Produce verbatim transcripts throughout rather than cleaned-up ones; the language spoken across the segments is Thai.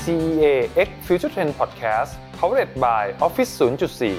ซี อี เอ X Future Trend Podcast Powered by Office ศูนย์จุดสี่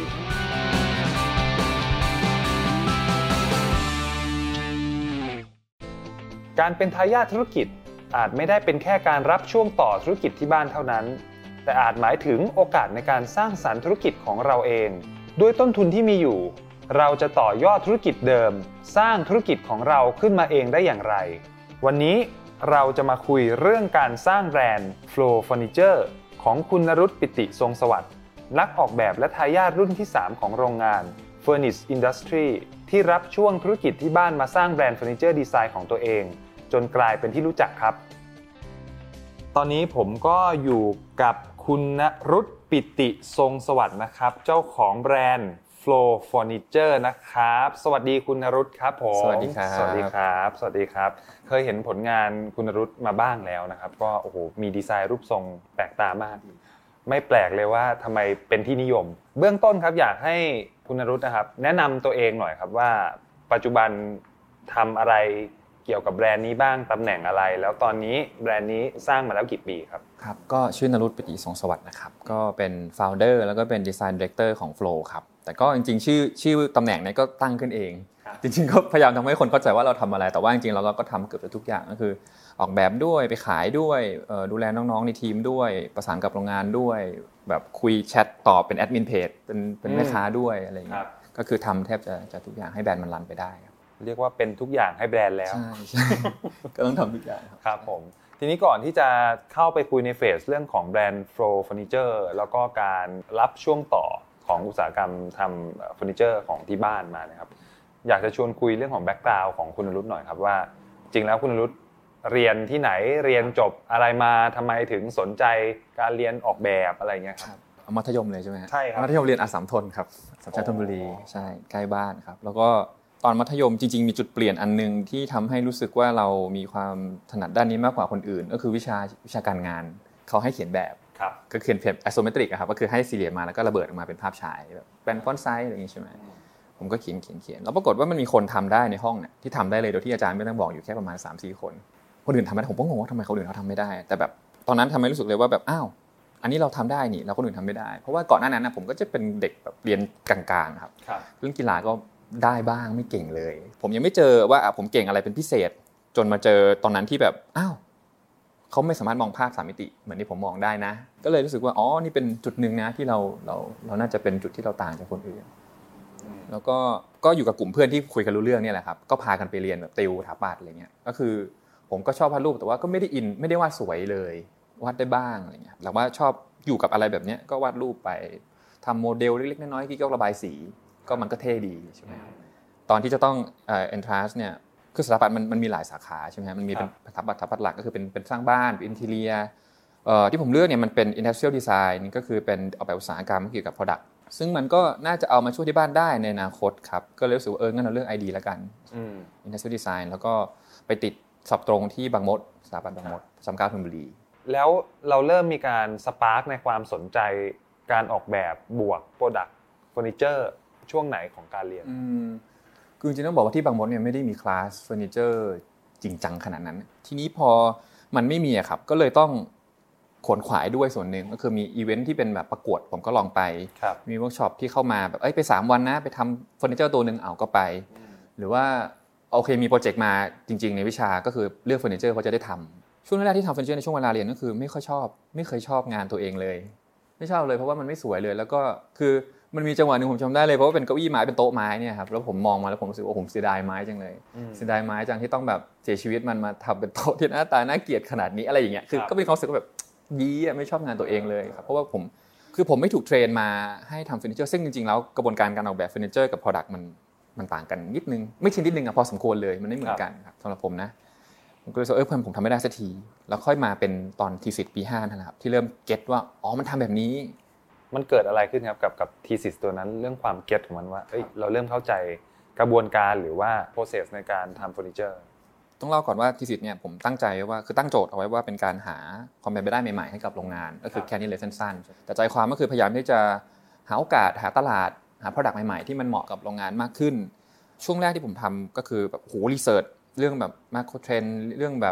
การเป็นทายาทธุรกิจอาจไม่ได้เป็นแค่การรับช่วงต่อธุรกิจที่บ้านเท่านั้นแต่อาจหมายถึงโอกาสในการสร้างสรรค์ธุรกิจของเราเองด้วยต้นทุนที่มีอยู่เราจะต่อยอดธุรกิจเดิมสร้างธุรกิจของเราขึ้นมาเองได้อย่างไรวันนี้เราจะมาคุยเรื่องการสร้างแบรนด์ Flow Furniture ของคุณนรุต ปิติทรงสวัสดิ์นักออกแบบและทายาทรุ่นที่สามของโรงงาน Furnish Industry ที่รับช่วงธุรกิจที่บ้านมาสร้างแบรนด์เฟอร์นิเจอร์ดีไซน์ของตัวเองจนกลายเป็นที่รู้จักครับตอนนี้ผมก็อยู่กับคุณนรุต ปิติทรงสวัสดิ์นะครับเจ้าของแบรนด์ Flow Furniture นะครับสวัสดีคุณนรุตครับผมสวัสดีครับสวัสดีครับสวัสดีครับเคยเห็นผลงานคุณนรุตมาบ้างแล้วนะครับก็โอ้โหมีดีไซน์รูปทรงแปลกตามากไม่แปลกเลยว่าทำไมเป็นที่นิยมเบื้องต้นครับอยากให้คุณนรุตนะครับแนะนำตัวเองหน่อยครับว่าปัจจุบันทำอะไรเกี่ยวกับแบรนด์นี้บ้างตำแหน่งอะไรแล้วตอนนี้แบรนด์นี้สร้างมาแล้วกี่ปีครับครับก็ชื่อนรุต ปิติทรงสวัสดิ์นะครับก็เป็น founder แล้วก็เป็น design director ของ Flow ครับแต่ก็จริงๆชื่อชื่อตำแหน่งนี้ก็ตั้งขึ้นเองจริงๆก็พยายามทำให้คนเข้าใจว่าเราทำอะไรแต่ว่าจริงๆเราก็ทำเกือบทุกอย่างก็คือออกแบบด้วยไปขายด้วยดูแลน้องๆในทีมด้วยประสานกับโรงงานด้วยแบบคุยแชทตอบเป็นแอดมินเพจเป็นเป็นแม่ค้าด้วยอะไรอย่างเงี้ยก็คือทำแทบจะจะทุกอย่างให้แบรนด์มันรันไปได้เรียกว่าเป็นทุกอย่างให้แบรนด์แล้วใช่ๆก็ต้องทำทุกอย่างครับผมทีนี้ก่อนที่จะเข้าไปคุยในเฟสเรื่องของแบรนด์ Flow Furniture แล้วก็การรับช่วงต่อของอุตสาหกรรมทำเฟอร์นิเจอร์ของที่บ้านมานะครับอยากจะชวนคุยเรื่องของแบ็คกราวด์ของคุณนรุตหน่อยครับว่าจริงแล้วคุณนรุตเรียนที่ไหนเรียนจบอะไรมาทำไมถึงสนใจการเรียนออกแบบอะไรเงี้ยครับมัธยมเลยใช่ไหมใช่ครับมัธยมเรียนอัสสัมทนครับสัมชัญธนบุรีใช่ใกล้บ้านครับแล้วก็ตอนมัธยมจริงๆมีจุดเปลี่ยนอันนึงที่ทำให้รู้สึกว่าเรามีความถนัดด้านนี้มากกว่าคนอื่นก็คือวิชาวิชาการงานเขาให้เขียนแบบก็เขียนแบบไอโซเมตริกครับก็คือให้สี่เหลี่ยมมาแล้วก็ระเบิดออกมาเป็นภาพฉายแบบเป็นฟอนต์ไซส์อะไรอย่างงี้ใช่ไหมผมก็เขียนเขียนเขียนแล้วปรากฏว่ามันมีคนทำได้ในห้องเนี่ยที่ทำได้เลยโดยที่อาจารย์ไม่ต้องบอกอยู่แค่ประมาณ สามถึงสี่ คนคนอื่นทำไม่ได้ผมก็งงว่าทำไมคนอื่นเขาทำไม่ได้แต่แบบตอนนั้นทำให้รู้สึกเลยว่าแบบอ้าวอันนี้เราทำได้นี่แล้วคนอื่นทำไม่ได้เพราะว่าก่อนหน้านั้นนะผมก็จะเป็นเด็กแบบเรียนกลางๆครับเรื่องกีฬาก็ได้บ้างไม่เก่งเลยผมยังไม่เจอว่าผมเก่งอะไรเป็นพิเศษจนมาเจอตอนนั้นที่แบบอ้าวเขาไม่สามารถมองภาพสามมิติเหมือนที่ผมมองได้นะก็เลยรู้สึกว่าอ๋อนี่เป็นจุดนึงนะที่เราเราเราน่าจะเป็นจุดที่เราต่างจากคนอื่นแล้วก็ก็อยู่กับกลุ่มเพื่อนที่คุยกันรู้เรื่องนี่แหละครับก็พากันไปเรียนแบบติวถาปัตย์อะไรเงี้ยก็คือผมก็ชอบวาดรูปแต่ว่าก็ไม่ได้อินไม่ได้วาดสวยเลยวาดได้บ้างอะไรเงี้ยแต่ว่าชอบอยู่กับอะไรแบบเนี้ยก็วาดรูปไปทำโมเดลเล็กๆน้อยๆกิ๊กๆระบายสีก็มันก็เท่ดีใช่ไหมตอนที่จะต้องเอ่อ entrance เนี่ยคือสถาปัตย์มันมันมีหลายสาขาใช่ไหมมันมีเป็นสถาปัตย์สถาปัตย์หลักก็คือเป็นเป็นสร้างบ้านเป็นอินทีเรียเอ่อที่ผมเลือกเนี่ยมันเป็น industrial design ก็คือเป็นออกแบบอุตสาหกรรมเกี่ยวกับ product ซึ่งมันก็น่าจะเอามาช่วยที่บ้านได้ในอนาคตครับก็เลยรู้สึกว่าเอองั้นเราเลือก ไอ ดี แล้วกัน industrial design แล้วก็ไปติดสอบตรงที่บางมดสถาปัตย์บางมดสามสิบเก้าธนบุรีแล้วเราเริ่มมีการสปาร์คในความสนใจการออกแบบบวก product furniture ช่วงไหนของการเรียนอืมคือจริงๆต้องบอกว่าที่บางมดเนี่ยไม่ได้มีคลาสเฟอร์นิเจอร์จริงจังขนาดนั้นทีนี้พอมันไม่มีอะครับก็เลยต้องขวนขวายด้วยส่วนหนึ่งก็คือมีอีเวนท์ที่เป็นแบบประกวดผมก็ลองไปมีเวิร์คช็อปที่เข้ามาแบบเอ้ยไปสามวันนะไปทำเฟอร์นิเจอร์ตัวนึงเอาก็ไปหรือว่าโอเคมีโปรเจกต์มาจริงๆในวิชาก็คือเลือกเฟอร์นิเจอร์เพราะจะได้ทำช่วงแรกที่ทำเฟอร์นิเจอร์ในช่วงเวลาเรียนก็คือไม่ค่อยชอบไม่เคยชอบงานตัวเองเลยไม่ชอบเลยเพราะว่ามันไม่สวยเลยแล้วก็คือมันมีจังหวะนึงผมจำได้เลยเพราะว่าเป็นเก้าอี้ไม้เป็นโต๊ะไม้เนี่ยครับแล้วผมมองมาแล้วผมรู้สึกว่าผมเสียดายไม้จังเลยเสียดายไม้จังที่ต้องแบบเสียชีวิตมันมาทำเป็นโต๊ะที่หน้าตาน่าเกลียดขนาดนี้อะไรอย่างเงี้ยคือก็เป็นความรู้สึกแบบยี้อ่ะไม่ชอบงานตัวเองเลยครับเพราะว่าผมคือผมไม่ถูกเทรนมาให้ทำเฟอร์นิเจอร์ซึ่งจริงๆแล้วกระบวนการการออกแบบเฟอร์นิเจอร์กับ product มันมันต่างกันนิดนึงไม่ชิ้นนิดนึงอ่ะพอสมควรเลยมันไม่เหมือนกันครับสำหรับผมนะผมก็เลยรู้สึกเออเพื่อนผมทำไม่ได้สักทีแล้วค่อยมาเป็นตอนทีสิสปีห้านั่นแหละครับที่เริ่มเก็ทว่าอ๋อมันทำแบบนี้มันเกิดอะไรขึ้นครับกับกับทีสิสตัวนั้นเรื่องความเก็ทของมันว่าเอ้ยเราเริ่มเข้าใจกระบวนการหรือว่า process ในการทำเฟอร์นิเจอร์ต้องเล่าก่อนว่าทีสิสเนี่ยผมตั้งใจว่าคือตั้งโจทย์เอาไว้ว่าเป็นการหาความเป็นไปได้ใหม่ๆให้กับโรงงานก็คือแค่นี้เลยสั้นๆแต่ใจความก็คือพยายามที่จะหาโอกาสหาตลาดหา product ใหม่ๆที่มันเหมาะกับโรงงานมากขึ้นช่วงแรกที่ผมทำก็คือแบบโหรีเสิร์ชเรื่องแบบมาโครเทรนด์เรื่องแบบ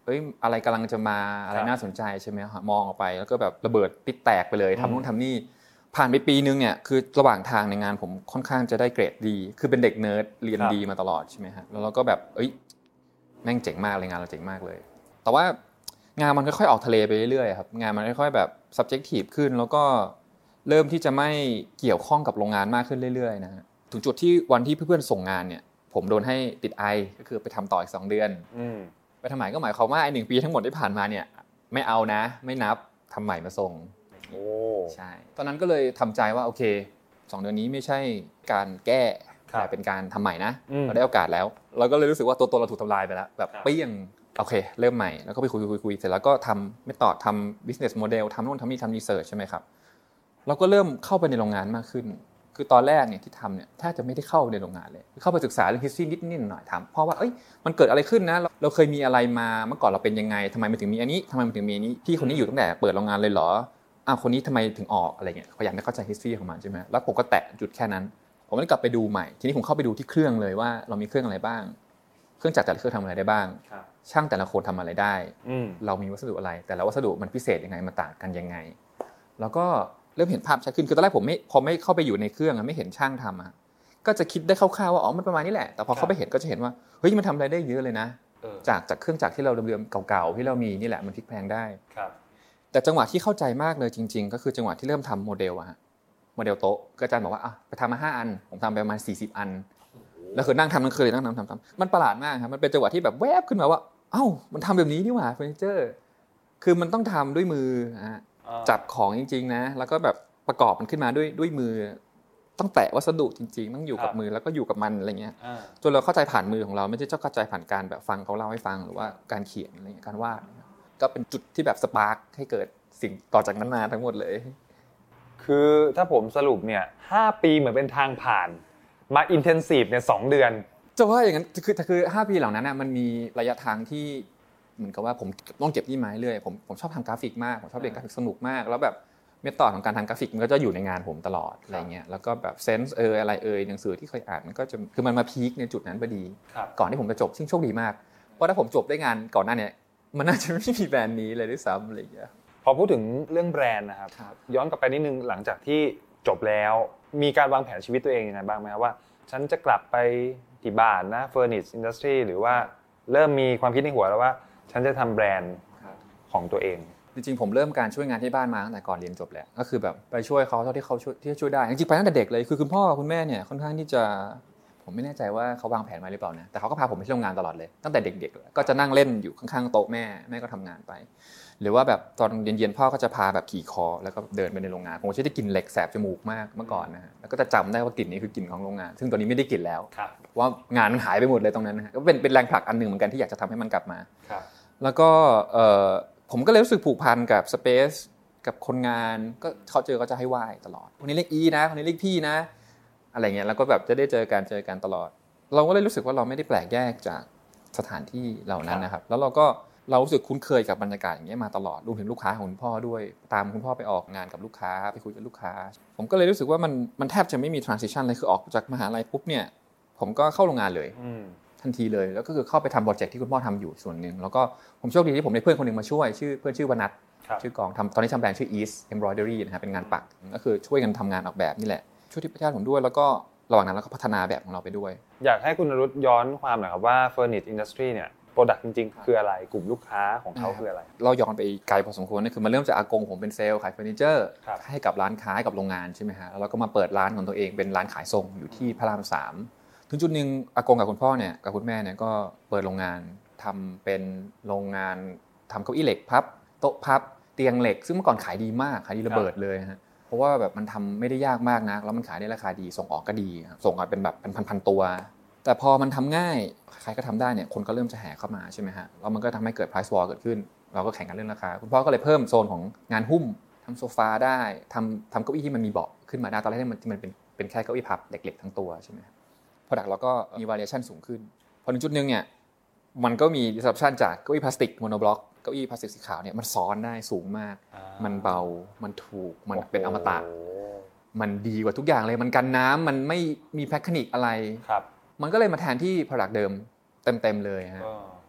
เอ้ยอะไรกำลังจะมาอะไรน่าสนใจใช่ไหมครับมองออกไปแล้วก็แบบระเบิดปิดแตกไปเลยทำนู่นทำนี่ผ่านไปปีนึงเนี่ยคือระหว่างทางในงานผมค่อนข้างจะได้เกรดดีคือเป็นเด็กเนิร์ดเรียนดีมาตลอดใช่ไหมฮะแล้วเราก็แบบเอ้ยแม่งเจ๋งมากเลยงานเราเจ๋งมากเลยแต่ว่างานมันค่อยๆออกทะเลไปเรื่อยๆครับงานมันค่อยๆแบบ subjective ขึ้นแล้วก็เริ่มที่จะไม่เกี่ยวข้องกับโรงงานมากขึ้นเรื่อยๆนะฮะถึงจุดที่วันที่เพื่อนๆส่งงานเนี่ยผมโดนให้ติดไอก็คือไปทำต่ออีกสองเดือนไปทำใหม่ก็หมายความว่าไอ้หนึ่งปีทั้งหมดที่ผ่านมาเนี่ยไม่เอานะไม่นับทำใหม่มาส่งโอ้ใช่ตอนนั้นก็เลยทำใจว่าโอเคสองเดือนนี้ไม่ใช่การแก้แต่เป็นการทำใหม่นะเราได้โอกาสแล้วเราก็เลยรู้สึกว่าตัวตนเราถูกทำลายไปแล้วแบบเปี้ยงโอเคเริ่มใหม่แล้วก็ไปคุยคุยคุยเสร็จแล้วก็ทำไม่ต่อทำ business model ทำโน่นทำนี่ทำ research ใช่ไหมครับเราก็เริ่มเข้าไปในโรงงานมากขึ้นคือตอนแรกเนี่ยที่ทำเนี่ยแทบจะไม่ได้เข้าในโรงงานเลยเข้าไปศึกษาเรื่อง history นิดนิดหน่อยถามเพราะว่าเอ้ยมันเกิดอะไรขึ้นนะเราเคยมีอะไรมาเมื่อก่อนเราเป็นยังไงทำไมมันถึงมีอันนี้ทำไมมันถึงมีอันนี้พี่คนนี้อยู่ตั้งแต่เปิดโรงงานเลยเหรออ้าวคนนี้ทำไมถึงออกอะไรเงี้ยพยายามจะเข้าใจ history ของมันใช่ไหมแล้วผมก็แตะจุดแค่นั้นผมก็เลยกลับไปดูใหม่ทีนี้ผมเข้าไปดูที่เครื่องเลยว่าเรามีเครื่องอะไรบ้างเครื่องจักรแต่ละเครื่องทำอะไรได้บ้างช่างแต่ละคนทำอะไรได้เรามีวัสดุอะไรแต่ละวัสดุมันพิเศษยังไงมันต่างกันยังไงแล้วก็เริ่มเห็นภาพชัดขึ้นคือตอนแรกผมไม่พอไม่เข้าไปอยู่ในเครื่องไม่เห็นช่างทำอ่ะก็จะคิดได้คร่าวๆว่าอ๋อมันประมาณนี้แหละแต่พอเข้าไปเห็นก็จะเห็นว่าเฮ้ยมันทำอะไรได้เยอะเลยนะจากจากเครื่องจักรที่เราเดิมๆเก่าๆที่เรามีนี่แหละมันพลิกแพลงได้แต่จังหวะที่เข้าใจมากเลยจริงๆก็คือจังหวะที่เริ่มทำโมเดลอะฮะโมเดลโต๊ะก็อาจารย์บอกว่าอ่ะไปทำมาห้าอันผมทำไปประมาณสี่สิบอันแล้วคือนั่งทำนั่งเคยนั่งทำทำทำมันประหลาดมากครับมันเป็นจังหวะที่แบบแวบขึ้นมาว่าเอ้ามันทำแบบนี้นี่หว่าเฟอร์นิเจอร์คือมันต้องทำด้วยมือฮะจับของจริงๆนะแล้วก็แบบประกอบมันขึ้นมาด้วยด้วยมือต้องแตะวัสดุจริงๆต้องอยู่กับมือแล้วก็อยู่กับมันอะไรเงี้ยจนเราเข้าใจผ่านมือของเราไม่ใช่เข้าใจผ่านการแบบฟังเขาเล่าให้ฟังหรือว่าการเขียนอะไรเงี้ยการวาดก็เป็นจุดที่แบบสปาร์คให้เกิดสิ่งต่อจากนั้นมาทั้งหมดเลยคือถ้าผมสรุปเนี่ยห้าปีเหมือนเป็นทางผ่านมาอินเทนซีฟเนี่ยสองเดือนจะว่าอย่างนั้นคือคือห้าปีเหล่านั้นน่ะมันมีระยะทางที่เหมือนกับว่าผมต้องเก็บที่ไม้เรื่อยผมผมชอบทำกราฟิกมากผมชอบเรียนกราฟิกสนุกมากแล้วแบบเมธอดของการทำกราฟิกมันก็จะอยู่ในงานผมตลอดอะไรเงี้ยแล้วก็แบบเซนส์เอออะไรเอ่ยหนังสือที่เคยอ่านมันก็จะคือมันมาพีคในจุดนั้นพอดีก่อนที่ผมจะจบซึ่งโชคดีมากเพราะถ้าผมจบได้งานก่อนหน้านี้มันน่าจะไม่มีแบรนด์นี้เลยด้วยซ้ำอะไรอย่างเงี้ยพอพูดถึงเรื่องแบรนด์นะครับย้อนกลับไปนิดนึงหลังจากที่จบแล้วมีการวางแผนชีวิตตัวเองยังไงบ้างไหมครับว่าฉันจะกลับไปที่บ้านนะ Furniture Industry หรือว่าเริ่มมีความคิดในหัวแล้วว่าฉันจะทำแบรนด์ของตัวเองจริงๆผมเริ่มการช่วยงานที่บ้านมาตั้งแต่ก่อนเรียนจบแล้วก็คือแบบไปช่วยเขาเท่าที่เขาช่วยที่ช่วยได้จริงๆไปตั้งแต่เด็กเลยคือคุณพ่อกับคุณแม่เนี่ยค่อนข้างที่จะผมไม่แน่ใจว่าเขาวางแผนมาหรือเปล่านะแต่เขาก็พาผมไปที่โรงงานตลอดเลยตั้งแต่เด็กๆก็จะนั่งเล่นอยู่ข้างๆโต๊ะแม่แม่ก็ทำงานไปหรือว่าแบบตอนเย็นๆพ่อก็จะพาแบบขี่คอแล้วก็เดินไปในโรงงานผมก็จะได้กลิ่นเหล็กแสบจมูกมากเมื่อก่อนนะฮะแล้วก็จะจำได้ว่ากลิ่นนี้คือกลิ่นของโรงงานซึ่งตอนนี้ไม่ได้กลิ่นแล้วว่างานมันหายไปหมดเลยตรงนั้นนะฮะก็เป็นเป็นแรงผลักอันนึงเหมือนกันที่อยากจะทำให้มันกลับมาแล้วก็ผมก็เลยรู้สึกผูกพันกับสเปซกับคนงานก็เขาเจอก็จะให้ไหว้ตลอดคนนี้เรียกอีนะคนนี้เรียกพี่นะอะไรเงี้ยแล้วก็แบบจะได้เจอกันเจอกันตลอดเราก็เลยรู้สึกว่าเราไม่ได้แปลกแยกจากสถานที่เหล่านั้นนะครับแล้วเราก็เรารู้สึกคุ้นเคยกับบรรยากาศอย่างเงี้ยมาตลอดรวมถึงลูกค้าของคุณพ่อด้วยตามคุณพ่อไปออกงานกับลูกค้าไปคุยกับลูกค้าผมก็เลยรู้สึกว่ามันมันแทบจะไม่มี transition เลยคือออกจากมหาลัยปุ๊บเนี่ยผมก็เข้าโรงงานเลยทันทีเลยแล้วก็คือเข้าไปทำโปรเจกต์ที่คุณพ่อทำอยู่ส่วนนึงแล้วก็ผมโชคดีที่ผมได้เพื่อนคนนึงมาช่วยชื่อเพื่อนชื่อวนัทชื่อกองทำตอนนี้ทำแบรนด์ชื่อ East Embroidery นะครับเป็นงานปักก็คือช่วยกันทำงานออกแบบนี่แหละช่วยที่ประชาชนผมด้วยแล้วก็ระหว่างนั้นเราก็พัฒนาแบบของเราไปด้วยอยากให้คุณนรุตย้อนความหน่อยครับว่า Furniture Industry เนี่ยโปรดักต์จริงๆคืออะไรกลุ่มลูกค้าของเขาคืออะไรเราย้อนไปไกลพอสมควรนี่คือมันเริ่มจากอากงผมเป็นเซลล์ขายเฟอร์นิเจอร์ให้กับร้านค้ากับโรงงานใช่ไหมฮะแล้วเราก็มาเปิดร้านของตัวเองเป็นร้านขายทรงอยู่ที่พระรามสามถึงจุดนึงอากงกับคุณพ่อเนี่ยกับคุณแม่เนี่ยก็เปิดโรงงานทำเป็นโรงงานทำเก้าอี้เหล็กพับโต๊ะพับเตียงเหล็กซึ่งเมื่อก่อนขายดีมากขายดีระเบิดเลยฮะเพราะว่าแบบมันทำไม่ได้ยากมากนะแล้วมันขายได้ราคาดีส่งออกก็ดีส่งออกเป็นแบบเป็นพันๆตัวแต่พอมันทำง่ายใครก็ทำได้เนี่ยคนก็เริ่มจะแห่เข้ามาใช่ไหมฮะแล้วมันก็ทำให้เกิด price war เกิดขึ้นเราก็แข่งกันเรื่องราคาคุณพ่อก็เลยเพิ่มโซนของงานหุ้มทำโซฟาได้ทำทำเก้าอี้ที่มันมีเบาะขึ้นมาได้ตอนแรกที่มันที่มันเป็นเป็นแค่เก้าอี้พับเหล็กๆทั้งตัวใช่ไหม product เราก็มี variation สูงขึ้นพอถึงจุดนึงเนี่ยมันก็มี disruption จากเก้าอี้พลาสติกโมโนบล็อกเก้าอี้พลาสติกสีขาวเนี่ยมันซ้อนได้สูงมากมันเบามันถูกมันเป็นอมตะมันดีกว่าทุกอย่างเลยมันกันน้ำมันไม่มีแพคนิคอะไรมันก็เลยมาแทนที่ product เดิมเต็มๆเลยฮะ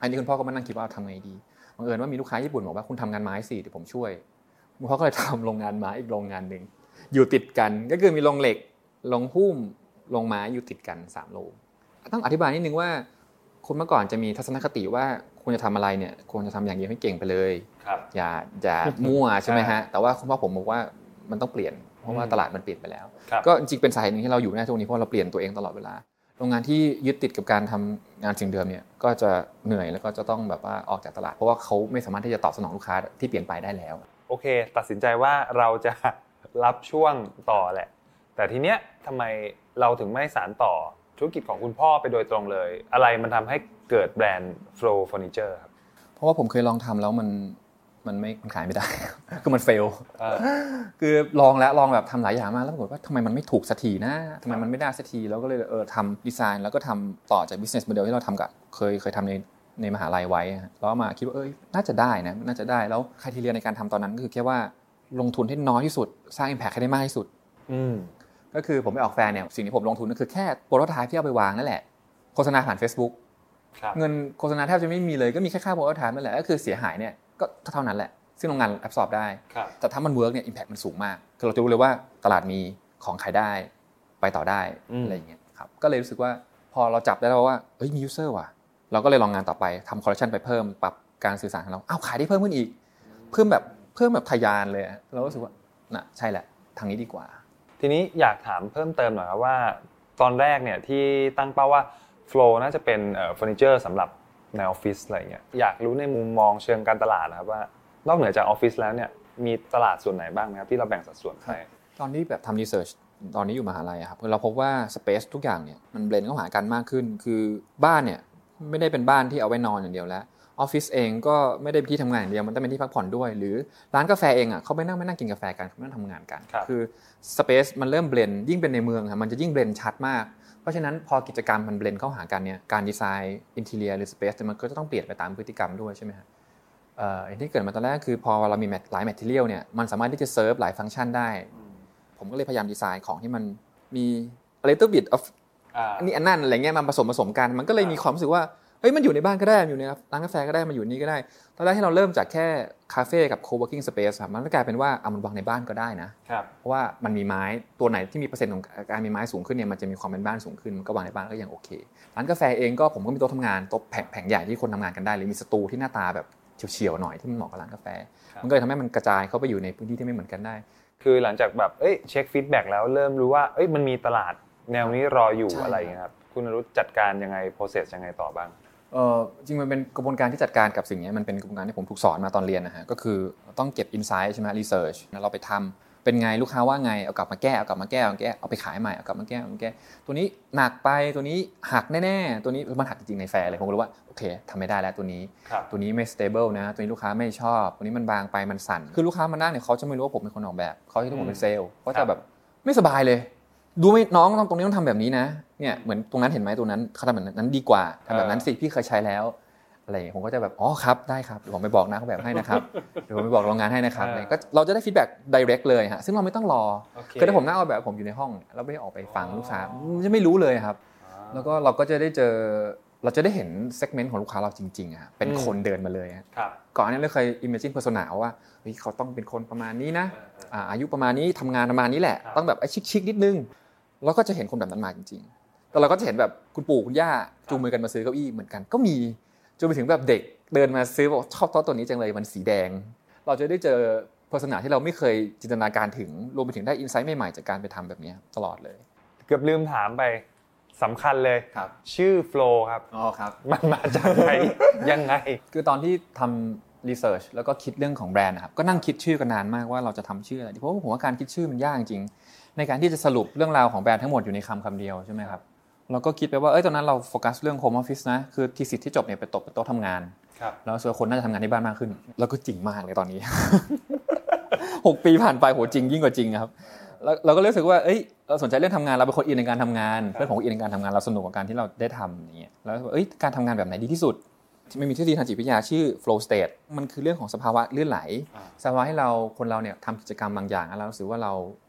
อันนี้คุณพ่อก็มานั่งคิดว่าทำไงดีบังเอิญว่ามีลูกค้าญี่ปุ่นบอกว่าคุณทำงานไม้สิเดี๋ยวผมช่วยคุณพ่อก็เลยทำโรงงานไม้อีกโรงงานนึงอยู่ติดกันก็คือมีโรงเหล็กโรงหุ้มโรงไม้อยู่ติดกันสามโรงต้องอธิบายนิดนึงว่าคนเมื่อก่อนจะมีทัศนคติว่าควรจะทำอะไรเนี่ยควรจะทำอย่างเดียวให้เก่งไปเลยอย่าอย่ามั่วใช่ไหมฮะแต่ว่าคุณพ่อผมบอกว่ามันต้องเปลี่ยนเพราะว่าตลาดมันเปลี่ยนไปแล้วก็จริงๆเป็นสาเหตุนึงที่เราอยู่ในตรงนี้เพราะเราเปลี่ยนตัวเองตลอดเวลาโรงงานที่ยึดติดกับการทำงานสิ่งเดิมเนี่ยก็จะเหนื่อยแล้วก็จะต้องแบบว่าออกจากตลาดเพราะว่าเขาไม่สามารถที่จะตอบสนองลูกค้าที่เปลี่ยนไปได้แล้วโอเคตัดสินใจว่าเราจะรับช่วงต่อแหละแต่ทีเนี้ยทำไมเราถึงไม่สานต่อธุรกิจของคุณพ่อไปโดยตรงเลยอะไรมันทำให้เกิดแบรนด์ Flow Furniture ครับเพราะว่าผมเคยลองทำแล้วมันมันไม่มันขายไม่ได้ คือมันเฟลคือลองแล้วลองแบบทำหลายอย่างมากแล้วปรากฏว่าทำไมมันไม่ถูกสักทีนะทำไมมันไม่ได้สักทีแล้วก็เลยเออทำดีไซน์แล้วก็ทำต่อจาก business model ที่เราทำกับเคยเคยทำในในมหาลัยไว้แล้วมาคิดว่าเอ้ยน่าจะได้นะน่าจะได้แล้วไครทีเรียในการทำตอนนั้นก็คือแค่ว่าลงทุนให้น้อยที่สุดสร้าง impact ให้ได้มากที่สุดก็คือผมไปออกแฟร์เนี่ยสิ่งที่ผมลงทุนก็คือแค่โปรโตไทป์ที่เอาไปวางนั่นแหละโฆษณาผ่าน Facebook เงินโฆษณาแทบจะไม่มีเลยก็มีแค่ค่าโปรโตไทป์นั่นแหละก็คือเสียหายเนี่ยก็เท่านั้นแหละซึ่งโรงงานแอบซอร์บได้แต่ถ้ามันเวิร์กเนี่ย impact มันสูงมากคือเราจะรู้เลยว่าตลาดมีของขายได้ไปต่อได้อะไรอย่างเงี้ยครับก็เลยรู้สึกว่าพอเราจับได้แล้วว่าเอ้ยมี user ว่ะเราก็เลยลองงานต่อไปทำคอลเลคชันไปเพิ่มปรับการสื่อสารของเราอ้าวขายได้เพิ่มขึ้นอีกเพิ่มแบบเพิ่มแบบทะยานเลยเรารู้สึกว่าน่ะใช่แหละทางนี้ดีกว่าทีนี้อยากถามเพิ่มเติมหน่อยครับว่าตอนแรกเนี่ยที่ตั้งเป้าว่า Flow น่าจะเป็นเอ่อเฟอร์นิเจอร์สำหรับในออฟฟิศอะไรเงี้ยอยากรู้ในมุมมองเชิงการตลาดนะครับว่านอกเหนือจากออฟฟิศแล้วเนี่ยมีตลาดส่วนไหนบ้างครับที่เราแบ่งสัดส่วนไปตอนนี้แบบทำรีเสิร์ชตอนนี้อยู่มหาลัยครับเราพบว่าสเปซทุกอย่างเนี่ยมันเบลนด์เข้าหากันมากขึ้นคือบ้านเนี่ยไม่ได้เป็นบ้านที่เอาไว้นอนอย่างเดียวแล้วออฟฟิศเองก็ไม่ได้เป็นที่ทำงานอย่างเดียวมันต้องเป็นที่พักผ่อนด้วยหรือร้านกาแฟเองอ่ะเขาไม่นั่งไม่นั่งกินกาแฟกันเขานั่งทำงานกันคือสเปซมันเริ่มเบลนด์ยิ่งเป็นในเมืองครับมันจะยิ่งเบลนด์ชัดมากเพราะฉะนั้นพอกิจกรรมมันเบลนด์เข้าหากันเนี่ยการดีไซน์อินทีเรียหรือสเปซมันก็จะต้องเปลี่ยนไปตามพฤติกรรมด้วยใช่ไหมครับเอ่ออย่างที่เกิดมาตอนแรกคือพอเรามีหลายแมททีเรียลเนี่ยมันสามารถที่จะเซิร์ฟหลายฟังก์ชันได้ผมก็เลยพยายามดีไซน์ของที่มันมี a little bit of อันนี้อันนั้นอะไรเงี้ยมาผสมผสมกันมันก็เลยมีความรู้สึกว่าเฮ้ยมันอยู่ในบ้านก็ได้อยู่ในร้านกาแฟก็ได้มาอยู่นี่ก็ได้ตอนแรกที่เราเริ่มจากแค่คาเฟ่กับ co-working space ครับมันก็กลายเป็นว่าเอามันวางในบ้านก็ได้นะเพราะว่ามันมีไม้ตัวไหนที่มีเปอร์เซ็นต์ของการมีไม้สูงขึ้นเนี่ยมันจะมีความเป็นบ้านสูงขึ้นมันก็วางในบ้านก็ยังโอเคร้านกาแฟเองก็ผมก็มีโต๊ะทำงานโต๊ะแผงใหญ่ที่คนทำงานกันได้หรือมีสตูที่หน้าตาแบบเฉียวๆหน่อยที่มันเหมาะกับร้านกาแฟมันก็เลยทำให้มันกระจายเข้าไปอยู่ในพื้นที่ที่ไม่เหมือนกันได้คือหลังจากแบบเอ้ยเช็คฟีดแบ็กแล้วเริ่มรู้ว่าเอ้ยมันมีตลาดแนวนี้รออยู่อะไรอย่างเงี้ยครับคุณอรุณจัดการยังไงโปรเซสยังไงต่อบ้างเอ่อจริงมันเป็นกระบวนการที่จัดการกับสิ่งนี้มันเป็นกระบวนการที่ผมถูกสอนมาตอนเรียนนะฮะก็คือต้องเก็บ insight ใช่มั้ย research แล้วเราไปทำเป็นไงลูกค้าว่าไงเอากลับมาแก้เอากลับมาแก้เอาแก้เอาไปขายใหม่เอากลับมาแก้เอามาแก้ตัวนี้หนักไปตัวนี้หักแน่ๆตัวนี้มันหักจริงๆในแฟร์เลยผมก็รู้ว่าโอเคทำไม่ได้แล้วตัวนี้ตัวนี้ไม่ stable นะตัวนี้ลูกค้าไม่ชอบตัวนี้มันบางไปมันสั่นคือลูกค้ามานั่งเนี่ยเขาจะไม่รู้ว่าผมเป็นคนออกแบบเขาคิดว่าผมเป็นเซลล์เขาจะแบบไม่สบายเลยดูไม่น้องตรงนี้ต้องทำแบบนี้นะเนี่ยเหมือนตรงนั้นเห็นไหมตรงนั้นเขาทำแบบนั้นดีกว่าทำแบบนั้นสิพี่เคยใช้แล้วอะไรผมก็จะแบบอ๋อครับได้ครับเดี๋ยวผมไปบอกนะเขาแบบให้นะครับเดี๋ยวผมไปบอกโรงงานให้นะครับก็เราจะได้ฟีดแบ็ก direct เลยฮะซึ่งเราไม่ต้องรอคือถ้าผมนั่งเอาแบบผมอยู่ในห้องแล้วไม่ออกไปฟังลูกค้าจะไม่รู้เลยครับแล้วก็เราก็จะได้เจอเราจะได้เห็น segment ของลูกค้าเราจริงๆอ่ะเป็นคนเดินมาเลยครับก่อนหน้านี้เราเคย imagine persona ว่าเฮ้ยเขาต้องเป็นคนประมาณนี้นะอายุประมาณนี้ทำงานประมาณนี้แหละต้องแบบไอ้ชิคๆนิดนึงแล้วก็จะเห็นคนแบบนั้นมาจริงๆแต่เราก็จะเห็นแบบคุณปู่คุณย่าจูงมือกันมาซื้อเก้าอี้เหมือนกันก็มีจนไปถึงแบบเด็กเดินมาซื้อบอกชอบโต๊ะตัวนี้จังเลยมันสีแดงเราจะได้เจอ persona ที่เราไม่เคยจินตนาการถึงรวมไปถึงได้ insight ใหม่ๆจากการไปทำแบบนี้ตลอดเลยเกือบลืมถามไปสำคัญเลยชื่อ Flow ครับอ๋อครับมันมาจากไหนยังไงคือตอนที่ทำ research แล้วก็คิดเรื่องของแบรนด์นะครับก็นั่งคิดชื่อกันนานมากว่าเราจะทำชื่ออะไรเพราะว่าผมว่าการคิดชื่อมันยากจริงในการที่จะสรุปเรื่องราวของแบรนด์ทั้งหมดอยู่ในคำคำเดียวใช่ไหมครับเราก็คิดไปว่าเอ้ยตอนนั้นเราโฟกัสเรื่อง home office นะคือทีสิทธิ์ที่จบเนี่ยไปตกเป็นโต๊ะทำงานแล้วส่วนคนน่าจะทำงานที่บ้านมากขึ้นแล้วก็จริงมากเลยตอนนี้ หกปีผ่านไปโหจริงยิ่งกว่าจริงครับแล้วเราก็รู้สึกว่าเอ้ยเราสนใจเรื่องทำงานเราเป็นคนอินในการทำงานเรื่องของอินในการทำงานเราสนุกกับการที่เราได้ทำอย่างเงี้ยแล้วเอ้ยการทำงานแบบไหนดีที่สุดไม่มีทฤษฎีทางจิตวิทยาชื่อ flow state มันคือเรื่องของสภาวะลื่นไหลสภาวะให้เราคนเราเนี่ยทำกิจกรรมบางอย่างแล้วรู้สึกว่าเรา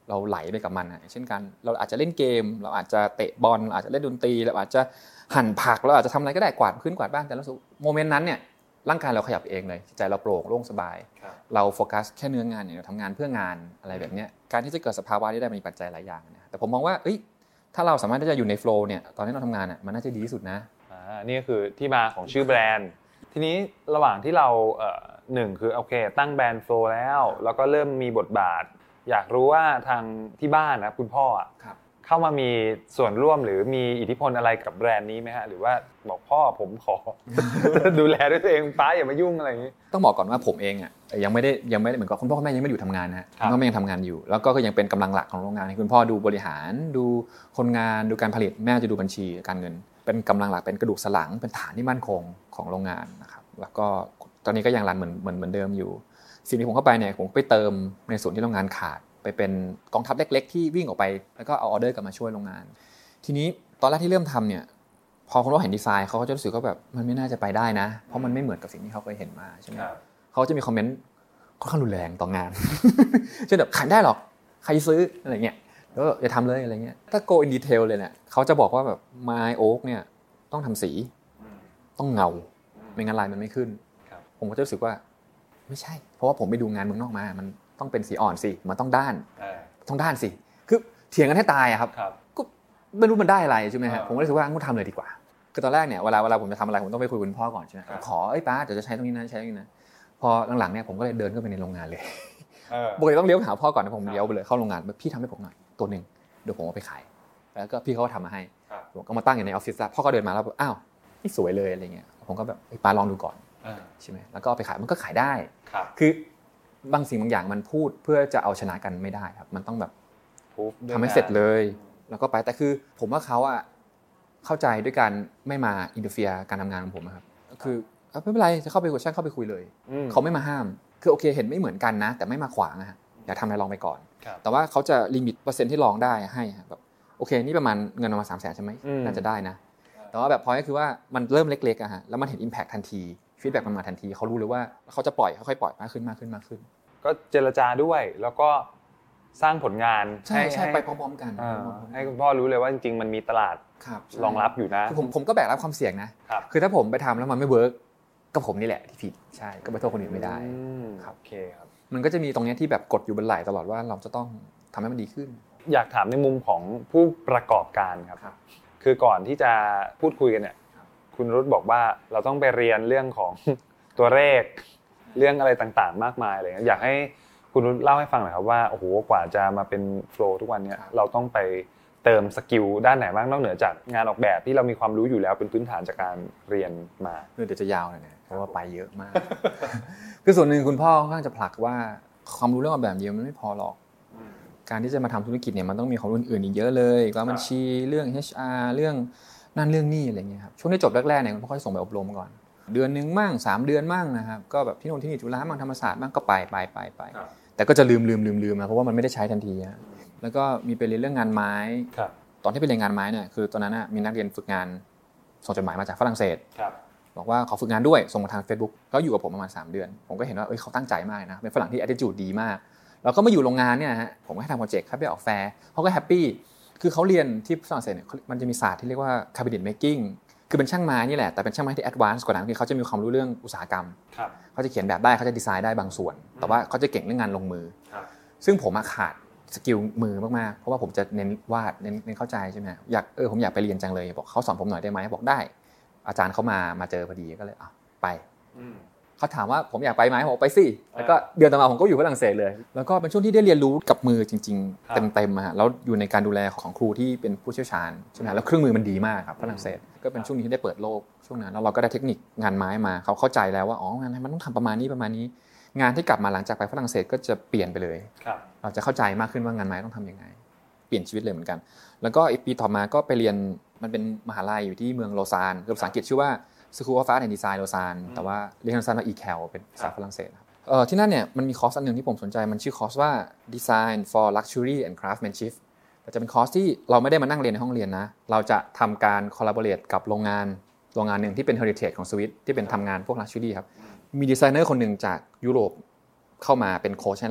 เราไหลไปกับมันเช่นกันเราอาจจะเล่นเกมเราอาจจะเตะบอลอาจจะเล่นดนตรีเราอาจจะหั่นผักเราอาจจะทำอะไรก็ได้กวาดพื้นกวาดบ้านแต่รู้สึกโมเมนต์นั้นเนี่ยร่างกายเราขยับเองเลยใจเราโปร่งโล่งสบายเราโฟกัสแค่เนื้องานเนี่ยเราทำงานเพื่องานอะไรแบบนี้การที่จะเกิดสภาวะนี้ได้มีปัจจัยหลายอย่างนะแต่ผมมองว่าเอ้ยถ้าเราสามารถที่จะอยู่ในโฟลว์เนี่ยตอนที่เราทำงานอ่ะมันน่าจะดีที่สุดนะอ่านี่ก็คือที่มาของชื่อแบรนด์ทีนี้ระหว่างที่เราเอ่อหนึ่งคือโอเคตั้งแบรนด์โฟลว์แล้วแล้วก็เริ่มมีบทบาทอยากรู้ว่าทางที่บ้านนะคุณพ่ออ่ะเข้ามามีส่วนร่วมหรือมีอิทธิพลอะไรกับแบรนด์นี้ไหมฮะหรือว่าบอกพ่อผมขอ ดูแลด้วยตัวเองป้าอย่ามายุ่งอะไรอย่างนี้ต้องบอกก่อนว่าผมเองอ่ะยังไม่ได้ยังไม่ได้เหมือนกับคุณพ่อคุณแม่ยังไม่ได้อยู่ทำงานนะคุณพ่อแม่ยังทำงานอยู่แล้วก็ยังเป็นกำลังหลักของโรงงานให้คุณพ่อดูบริหารดูคนงานดูการผลิตแม่จะดูบัญชีการเงินเป็นกำลังหลักเป็นกระดูกสันหลังเป็นฐานที่มั่นคงของโรงงานนะครับแล้วก็ตอนนี้ก็ยังรันเหมือนเหมือนเหมือนเดิมอยู่สิ่งที่ผมเข้าไปเนี่ยผมไปเติมในส่วนที่โรงงานขาดไปเป็นกองทัพเล็กๆที่วิ่งออกไปแล้วก็เอาออเดอร์กลับมาช่วยโรงงานทีนี้ตอนแรกที่เริ่มทำเนี่ยพอคนรู้เห็นดีไซน์เขาก็จะรู้สึกว่าแบบมันไม่น่าจะไปได้นะเพราะมันไม่เหมือนกับสิ่งที่เขาเคยเห็นมาใช่ไหมเขาจะมีคอมเมนต์ค่อนข้างรุนแรงต่องานเช่นแบบขายได้หรอกใครซื้ออะไรเงี้ยแล้วอย่าทำเลยอะไรเงี้ยถ้า go in detail เลยเนี่ยเขาจะบอกว่าแบบไม้โอ๊กเนี่ยต้องทำสีต้องเงาไม่งั้นลายมันไม่ขึ้นผมก็จะรู้สึกว่าไม่ใช่เพราะว่าผมไปดูงานเมืองนอกมามันต้องเป็นสีอ่อนสิมันต้องด้านต้องด้านสิคือเถียงกันให้ตายอะครับก็ไม่รู้มันได้อะไรใช่ไหมฮะผมก็รู้สึกว่างั้นทำเลยดีกว่าคือตอนแรกเนี่ยเวลาเวลาผมจะทำอะไรผมต้องไปคุยกับคุณพ่อก่อนใช่ไหมขอเอ้ยป้าเดี๋ยวจะใช้ตรงนี้นะใช้ตรงนี้นะพอหลังๆเนี่ยผมก็เลยเดินเข้าไปในโรงงานเลยปกติต้องเลี้ยวหาพ่อก่อนนะผมเลี้ยวไปเลยเข้าโรงงานพี่ทำให้ผมหน่อยตัวนึงเดี๋ยวผมเอาไปขายแล้วก็พี่เขาก็ทำมาให้ผมก็มาตั้งอยู่ในออฟฟิศแล้วพ่อก็เดินมาแล้วอ้าวนี่สวยเลยอะไรเงี้ยผมก็แบบป้าลองดูก่อนใช่ไหมแล้วก็เอาไปขายมันก็ขายได้คือบางสิ่งบางอย่างมันพูดเพื่อจะเอาชนะกันไม่ได้ครับมันต้องแบบทำให้เสร็จเลยแล้วก็ไปแต่คือผมว่าเขาอะเข้าใจด้วยการไม่มาอินเตอร์เฟียร์การทำงานของผมครับคือไม่เป็นไรจะเข้าไปคุยช่างเข้าไปคุยเลยเขาไม่มาห้ามคือโอเคเห็นไม่เหมือนกันนะแต่ไม่มาขวางนะฮะอยากทำอะไรลองไปก่อนแต่ว่าเขาจะลิมิตเปอร์เซ็นต์ที่ลองได้ให้แบบโอเคนี่ประมาณเงินประมาณสามแสนใช่ไหมน่าจะได้นะแต่ว่าแบบพอก็คือว่ามันเริ่มเล็กๆอะฮะแล้วมันเห็น impact ทันทีฟีดแบ็กมันมาทันทีเขารู้เลยว่าเขาจะปล่อยค่อยๆปล่อยมากขึ้นมากขึ้นมากขึ้นก็เจรจาด้วยแล้วก็สร้างผลงานให้ใช่ไปพร้อมๆกันให้คุณพ่อรู้เลยว่าจริงๆมันมีตลาดรองรับอยู่นะผมผมก็แบกรับความเสี่ยงนะคือถ้าผมไปทำแล้วมันไม่เวิร์กก็ผมนี่แหละที่ผิดใช่ก็ไปโทษคนอื่นไม่ได้ครับโอเคครับมันก็จะมีตรงนี้ที่แบบกดอยู่บนไหล่ตลอดว่าเราจะต้องทำให้มันดีขึ้นอยากถามในมุมของผู้ประกอบการครับคือก่อนที่จะพูดคุยกันเนี่ยคุณรุตบอกว่าเราต้องไปเรียนเรื่องของตัวเลขเรื่องอะไรต่างๆมากมายเลยอยากให้คุณรุตเล่าให้ฟังหน่อยครับว่าโอ้โหกว่าจะมาเป็นโฟลว์ทุกวันนี้เราต้องไปเติมสกิลด้านไหนบ้างนอกเหนือจากงานออกแบบที่เรามีความรู้อยู่แล้วเป็นพื้นฐานจากการเรียนมาเดี๋ยวจะยาวหน่อยนะเพราะว่าไปเยอะมากคือส่วนหนึ่งคุณพ่อค่อนข้างจะผลักว่าความรู้เรื่องออกแบบเดียวมันไม่พอหรอกการที่จะมาทำธุรกิจเนี่ยมันต้องมีความรู้อื่นๆอีกเยอะเลยการบัญชีเรื่อง เอช อาร์ เรื่องนั่นเรื่องนี้อะไรเงี้ยครับช่วงที่จบแรกๆเนี่ยคุณพ่อจะส่งไปอบรมก่อนเดือนนึงมั่งสามเดือนมั่งนะครับก็แบบที่โน่นที่นี่จุฬามั่งธรรมศาสตร์มั่งก็ไปไปไปไปแต่ก็จะลืมลืมลืมลืมนะเพราะว่ามันไม่ได้ใช้ทันทีแล้วก็มีไปเรียนเรื่องงานไม้ตอนที่ไปเรียนงานไม้เนี่ยคือตอนนั้นมีนักเรียนฝึกงานส่งจดหมายมาจากฝรั่งเศสบอกว่าเขาฝึกงานด้วยส่งมาทาง Facebook ก็อยู่กับผมประมาณสามเดือนผมก็เห็นว่าเอ้ยเขาตั้งใจมากนะเป็นฝรั่งที่ attitude ดีมากแล้วก็มาอยู่โรงงานเนี่ยฮะผมก็ให้ทำโปรเจกต์ครับไปออกแฟร์เขาก็แฮปปี้คือเขาเรียนที่ฝรั่งเศสเนี่ยมันจะมีศาสตร์ที่เรียกว่า cabinet making คือเป็นช่างไม้นี่แหละแต่เป็นช่างไม้ที่ advanced กว่านั้นคือเขาจะมีความรู้เรื่องอุตสาหกรรมเขาจะเขียนแบบได้เขาจะดีไซน์ได้บางส่วนแต่ว่าเขาจะเก่งเรื่องงานลงมือซึ่งผมขาดสกิลมือมากๆเพราะว่าผมจะเน้นวาดเน้นเน้นเข้าใจใช่ไหมอยากเออผมอยากไปเรียนจังเลยบอกเขาสอนผมหน่อยได้ไหมบอกได้อาจารย์เขามามาเจอพอดีก็เลยอ่ะไปเขาถามว่าผมอยากไปไหมบอกไปสิแล้วก็เดือนต่อมาผมก็อยู่ฝรั่งเศสเลยแล้วก็เป็นช่วงที่ได้เรียนรู้กับมือจริงๆเต็มๆฮะแล้วอยู่ในการดูแลของครูที่เป็นผู้เชี่ยวชาญใช่ไหมแล้วเครื่องมือมันดีมากครับฝรั่งเศสก็เป็นช่วงนี้ที่ได้เปิดโลกช่วงนั้นแล้วเราก็ได้เทคนิคงานไม้มาเขาเข้าใจแล้วว่าอ๋องานไม้มันต้องทำประมาณนี้ประมาณนี้งานที่กลับมาหลังจากไปฝรั่งเศสก็จะเปลี่ยนไปเลยเราจะเข้าใจมากขึ้นว่างานไม้ต้องทำยังไงเปลี่ยนชีวิตเลยเหมือนกันแล้วก็อีกปีต่อมาก็ไปเรียนมันเป็นมหาลัยอยู่ที่เมืองโลซานคือภาษาอังกฤษชื่อว่า School of Art and Design โลซานแต่ว่าเรียกสั้นๆว่า อี แคล เป็นภาษาฝรั่งเศสครับเอ่อที่นั่นเนี่ยมันมีคอร์สอันนึงที่ผมสนใจมันชื่อคอร์สว่า Design for Luxury and Craftsmanship จะเป็นคอร์สที่เราไม่ได้มานั่งเรียนในห้องเรียนนะเราจะทำการ collaborate กับโรงงานโรงงานนึงที่เป็น heritage ของสวิตที่เป็นทำงานพวก luxury ครับมีดีไซเนอร์คนนึงจากยุโรปเข้ามาเป็นโค้ชให้เรา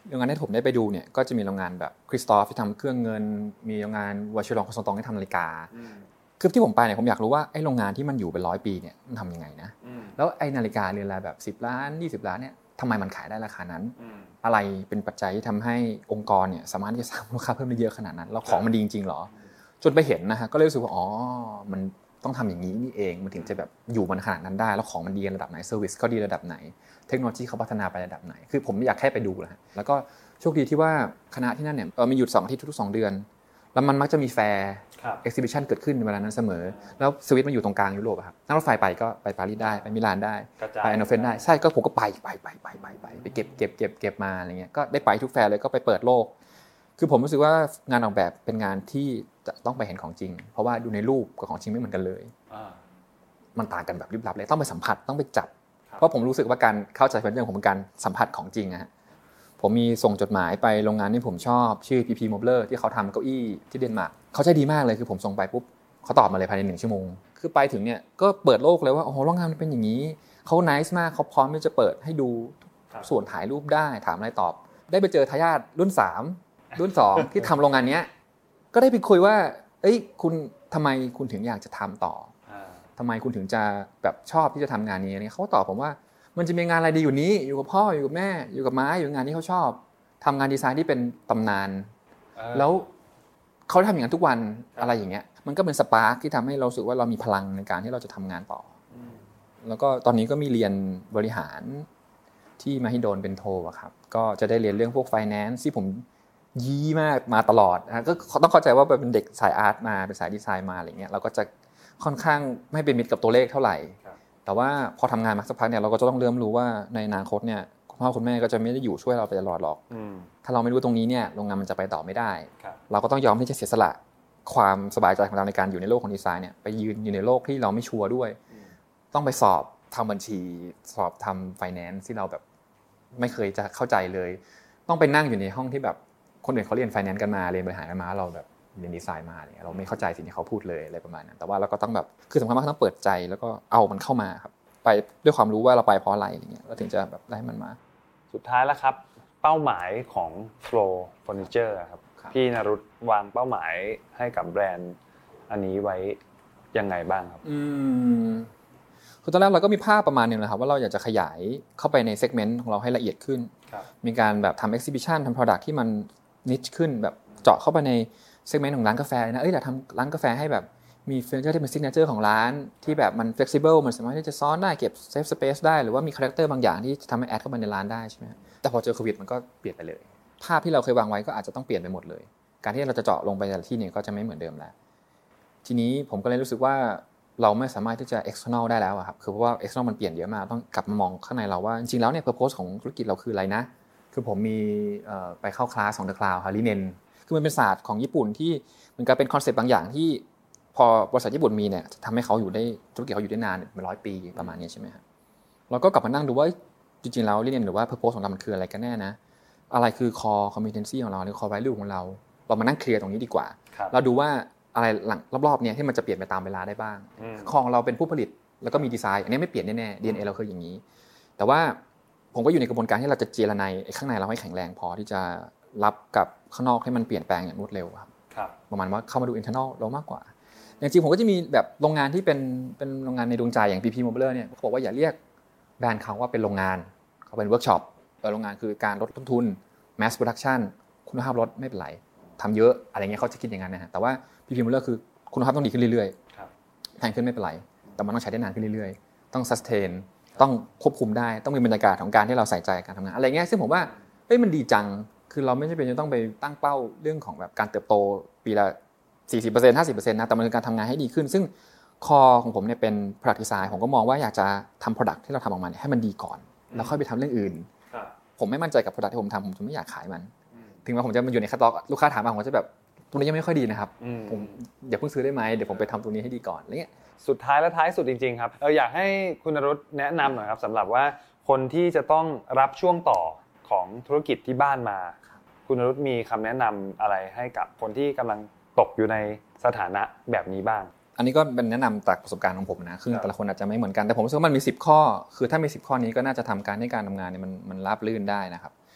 โรงงานที่ผมได้ไปดูเนี่ยก็จะมีโรงงานแบบคริสตอฟที่ทำเครื่องเงินมีโรงงานวาชิรองคอนสตองที่ทำนาฬิกาคือที่ผมไปเนี่ยผมอยากรู้ว่าไอ้โรงงานที่มันอยู่เป็นร้อยปีเนี่ยมันทำยังไงนะแล้วไอ้นาฬิกาเรือนละแบบสิบล้านยี่สิบล้านเนี่ยทำไมมันขายได้ราคานั้นอะไรเป็นปัจจัยที่ทำให้องค์กรเนี่ยสามารถที่จะสร้างมูลค่าเพิ่มได้เยอะขนาดนั้นแล้วของมันดีจริงๆหรอจนไปเห็นนะฮะก็เลยรู้สึกว่าอ๋อมันต้องทำอย่างนี้นี่เองมันถึงจะแบบอยู่มันขนาดนั้นได้แล้วของมันดีระดับไหนเซอร์วิสก็ดีระดับไหนเทคโนโลยีเขาพัฒนาไประดับไหนคือผมอยากแค่ไปดูนะแล้วก็โชคดีที่ว่าคณะที่นั่นเนี่ยเออมีหยุดสองอาทิตย์ทุกๆสองเดือนแล้วมันมักจะมีแฟร์เอ็กซิบิชันเกิดขึ้นในเวลานั้นเสมอแล้วสวิตมันอยู่ตรงกลางยุโรปครับนั่งรถไฟไปก็ไปปารีสได้ไปมิลานได้ไปแอนโนเฟนได้ใช่ก็ผมก็ไปไปไปไปไปไปไปเก็บเก็บเก็บเก็บมาอะไรเงี้ยก็ได้ไปทุกแฟร์เลยก็ไปเปิดโลกคือผมรู้สึกว่างานออกแบบเป็นงานที่จะต้องไปเห็นของจริงเพราะว่าดูในรูปกับของจริงไม่เหมือนกันเลยมันต่างกันแบบลิบลับเลยต้องไปสัมผัสต้องไปจับเพราะผมรู้สึกว่าการเข้าใจเป็นเรื่องของการสัมผัสของจริงอะผมมีส่งจดหมายไปโรงงานที่ผมชอบชื่อ พี พี Mobler ที่เขาทำเก้าอี้ที่เดนมาร์กเขาใจดีมากเลยคือผมส่งไปปุ๊บเขาตอบมาเลยภายในหนึ่งชั่วโมงคือไปถึงเนี่ยก็เปิดโลกเลยว่าโอ้โหโรงงานมันเป็นอย่างนี้เขาไนซ์มากเขาพร้อมที่จะเปิดให้ดูส่วนถ่ายรูปได้ถามอะไรตอบได้ไปเจอทายาทรุ่นสามรุ่นสองที่ทำโรงงานนี้ก็ได้ไปคุยว่าเอ้ยคุณทำไมคุณถึงอยากจะทำต่อทำไมคุณถึงจะแบบชอบที่จะทำงานนี้เนี่ยเขาตอบผมว่ามันจะมีงานอะไรดีอยู่นี้อยู่กับพ่ออยู่กับแม่อยู่กับม้าอยู่งานที่เขาชอบทำงานดีไซน์ที่เป็นตำนานแล้วเขาทำอย่างนั้นทุกวันอะไรอย่างเงี้ยมันก็เป็นสปาร์คที่ทำให้เราสึกว่าเรามีพลังในการที่เราจะทำงานต่อแล้วก็ตอนนี้ก็มีเรียนบริหารที่มหิดลเป็นโทอะครับก็จะได้เรียนเรื่องพวก finance ที่ผมยี้มากมาตลอดนะก็ต้องเข้าใจว่าเป็นเด็กสายอาร์ตมาเป็นสายดีไซน์มาอะไรเงี้ยเราก็จะค่อนข้างไม่เป็นมิตรกับตัวเลขเท่าไหร่แต่ว่าพอทำงานมาสักพักเนี่ยเราก็จะต้องเริ่มรู้ว่าในอนาคตเนี่ยคุณพ่อคุณแม่ก็จะไม่ได้อยู่ช่วยเราไปตลอดหรอกถ้าเราไม่รู้ตรงนี้เนี่ยโรงงานมันจะไปต่อไม่ได้เราก็ต้องยอมที่จะเสียสละความสบายใจของเราในการอยู่ในโลกของดีไซน์เนี่ยไปยืนอยู่ในโลกที่เราไม่ชัวร์ด้วยต้องไปสอบทำบัญชีสอบทำไฟแนนซ์ที่เราแบบไม่เคยจะเข้าใจเลยต้องไปนั่งอยู่ในห้องที่แบบคนอื่นเขาเรียนไฟแนนซ์กันมาเรียนบริหารกันมาเราแบบเรียนดีไซน์มาเนี่ยเราไม่เข้าใจสิ่งที่เขาพูดเลยอะไรประมาณนั้นแต่ว่าเราก็ต้องแบบคือสำคัญมากต้องเปิดใจแล้วก็เอามันเข้ามาครับไปด้วยความรู้ว่าเราไปเพราะอะไรอย่างเงี้ยเราถึงจะแบบได้มันมาสุดท้ายแล้วครับเป้าหมายของ Flow Furniture ครับพี่นรุตวางเป้าหมายให้กับแบรนด์อันนี้ไว้ยังไงบ้างครับอืมคือตอนแรกเราก็มีภาพประมาณนึงนะครับว่าเราอยากจะขยายเข้าไปในเซกเมนต์ของเราให้ละเอียดขึ้นมีการแบบทำ exhibition ทำ product ที่มัน niche ขึ้นแบบเจาะเข้าไปในเซกเมนต์ของร้านกาแฟนะเอ้ยอยากทำร้านกาแฟให้แบบมีเฟอร์นิเจอร์ที่เป็นซิกเนเจอร์ของร้านที่แบบมัน flexible มันสามารถที่จะซ้อนได้เก็บ safe space ได้หรือว่ามีคาแรคเตอร์บางอย่างที่ทำให้แอดเข้ามาในร้านได้ใช่ไหมแต่พอเจอโควิดมันก็เปลี่ยนไปเลยภาพที่เราเคยวางไว้ก็อาจจะต้องเปลี่ยนไปหมดเลยการที่เราจะเจาะลงไปแต่ละที่เนี่ยก็จะไม่เหมือนเดิมแล้วทีนี้ผมก็เลยรู้สึกว่าเราไม่สามารถที่จะ external ได้แล้วครับคือเพราะว่า external มันเปลี่ยนเยอะมากต้องกลับมามองข้างในเราว่าจริงๆแล้วเนี่ย purpose ของธุรกิจเราคืออะไรนะคือผมมีไปเข้าคลาสของ The Cloud ฮาริเนนคือมันเป็นศาสตร์ของญี่ปุ่นที่มันก็เป็นคอนเซ็ปต์บางอย่างที่พอบริษัทญี่ปุ่นมีเนี่ยทำให้เขาอยู่ได้ธุรกิจเขาอยู่ได้นานเป็นร้อยปีประมาณนี้ใช่ไหมครับเราก็กลับมานั่งดูว่าจริงๆแล้วเรียนหรือว่า purpose ของเรามันคืออะไรกันแน่นะอะไรคือ core competency ของเราหรือ core value ของเราเรามานั่งเคลียร์ตรงนี้ดีกว่าเราดูว่าอะไรหลังรอบๆเนี่ยที่มันจะเปลี่ยนไปตามเวลาได้บ้างของเราเป็นผู้ผลิตแล้วก็มีดีไซน์อันนี้ไม่เปลี่ยนแน่ๆ ดี เอ็น เอ เราคืออย่างนี้แต่ว่าผมก็อยู่ในกระบวนการที่เราจะเจรไนไอ้ข้างในเราให้แข็งแรงพอที่จะรับกับข้างนอกให้มันเปลี่ยนแปลงอย่างรวดเร็วครับประมาณว่าเข้ามาดู internal เรามากกว่าอย่างจริงผมก็จะมีแบบโรงงานที่เป็นเป็นโรงงานในดวงใจอย่าง พี พี Mobler เนี่ยเขาบอกว่าอย่าเรียกแบรนด์เขาว่าเป็นโรงงานเขาเป็นเวิร์กช็อปโรงงานคือการลดต้นทุน mass production คุณภาพลดไม่เป็นไรทำเยอะอะไรเงี้ยเขาจะคิดอย่างนั้นนะฮะแต่ว่า พี พี Mobler คือคุณภาพต้องดีขึ้นเรื่อยๆแพงขึ้นไม่เป็นไรแต่มันต้องใช้ได้นานขึ้นเรื่อยๆต้อง sustain ต้องควบคุมได้ต้องมีบรรยากาศของการที่เราใส่ใจการทำงานอะไรเงี้ยซึ่งผมว่าเฮ้ยมันดีจังคือเราไม่จำเป็นจะต้องไปตั้งเป้าเรื่องของแบบการเติบโตปีละ สี่สิบเปอร์เซ็นต์ ห้าสิบเปอร์เซ็นต์ นะแต่มันคือการทำงานให้ดีขึ้นซึ่งคอของผมเนี่ยเป็น product design ผมก็มองว่าอยากจะทำ product ที่เราทำออกมาเนี่ยให้มันดีก่อนแล้วค่อยไปทำเรื่องอื่นผมไม่มั่นใจกับ product ที่ผมทำผมจะไม่อยากขายมันถึงแม้ผมจะมาอยู่ในแคตตาล็อกลูกค้าถามมาผมก็จะแบบตัวนี้ยังไม่ค่อยดีนะครับผมอย่าเพิ่งซื้อได้ไหมเดี๋ยวผมไปทำตัวนี้ให้ดีก่อนอะไรเงี้ยสุดท้ายและท้ายสุดจริงๆครับเอออยากให้คุณนรุตแนะนำหน่อยครับสำหรับว่าคนที่จะต้องรับช่วงต่อของธุรกิจที่บ้านมาคุณนรุตมีคำแนะนำอะไรให้กับคนที่กำลังตกอยู่ในสถานะแบบนี้บ้างอันนี้ก็เป็นแนะนำจากประสบการณ์ของผมนะคือแต่ละคนอาจจะไม่เหมือนกันแต่ผมรู้สึกว่ามันมีสิบข้อคือถ้ามีสิบข้อนี้ก็น่าจะทำการให้การทำงานเนี่ยมันมันราบรื่นได้นะครับ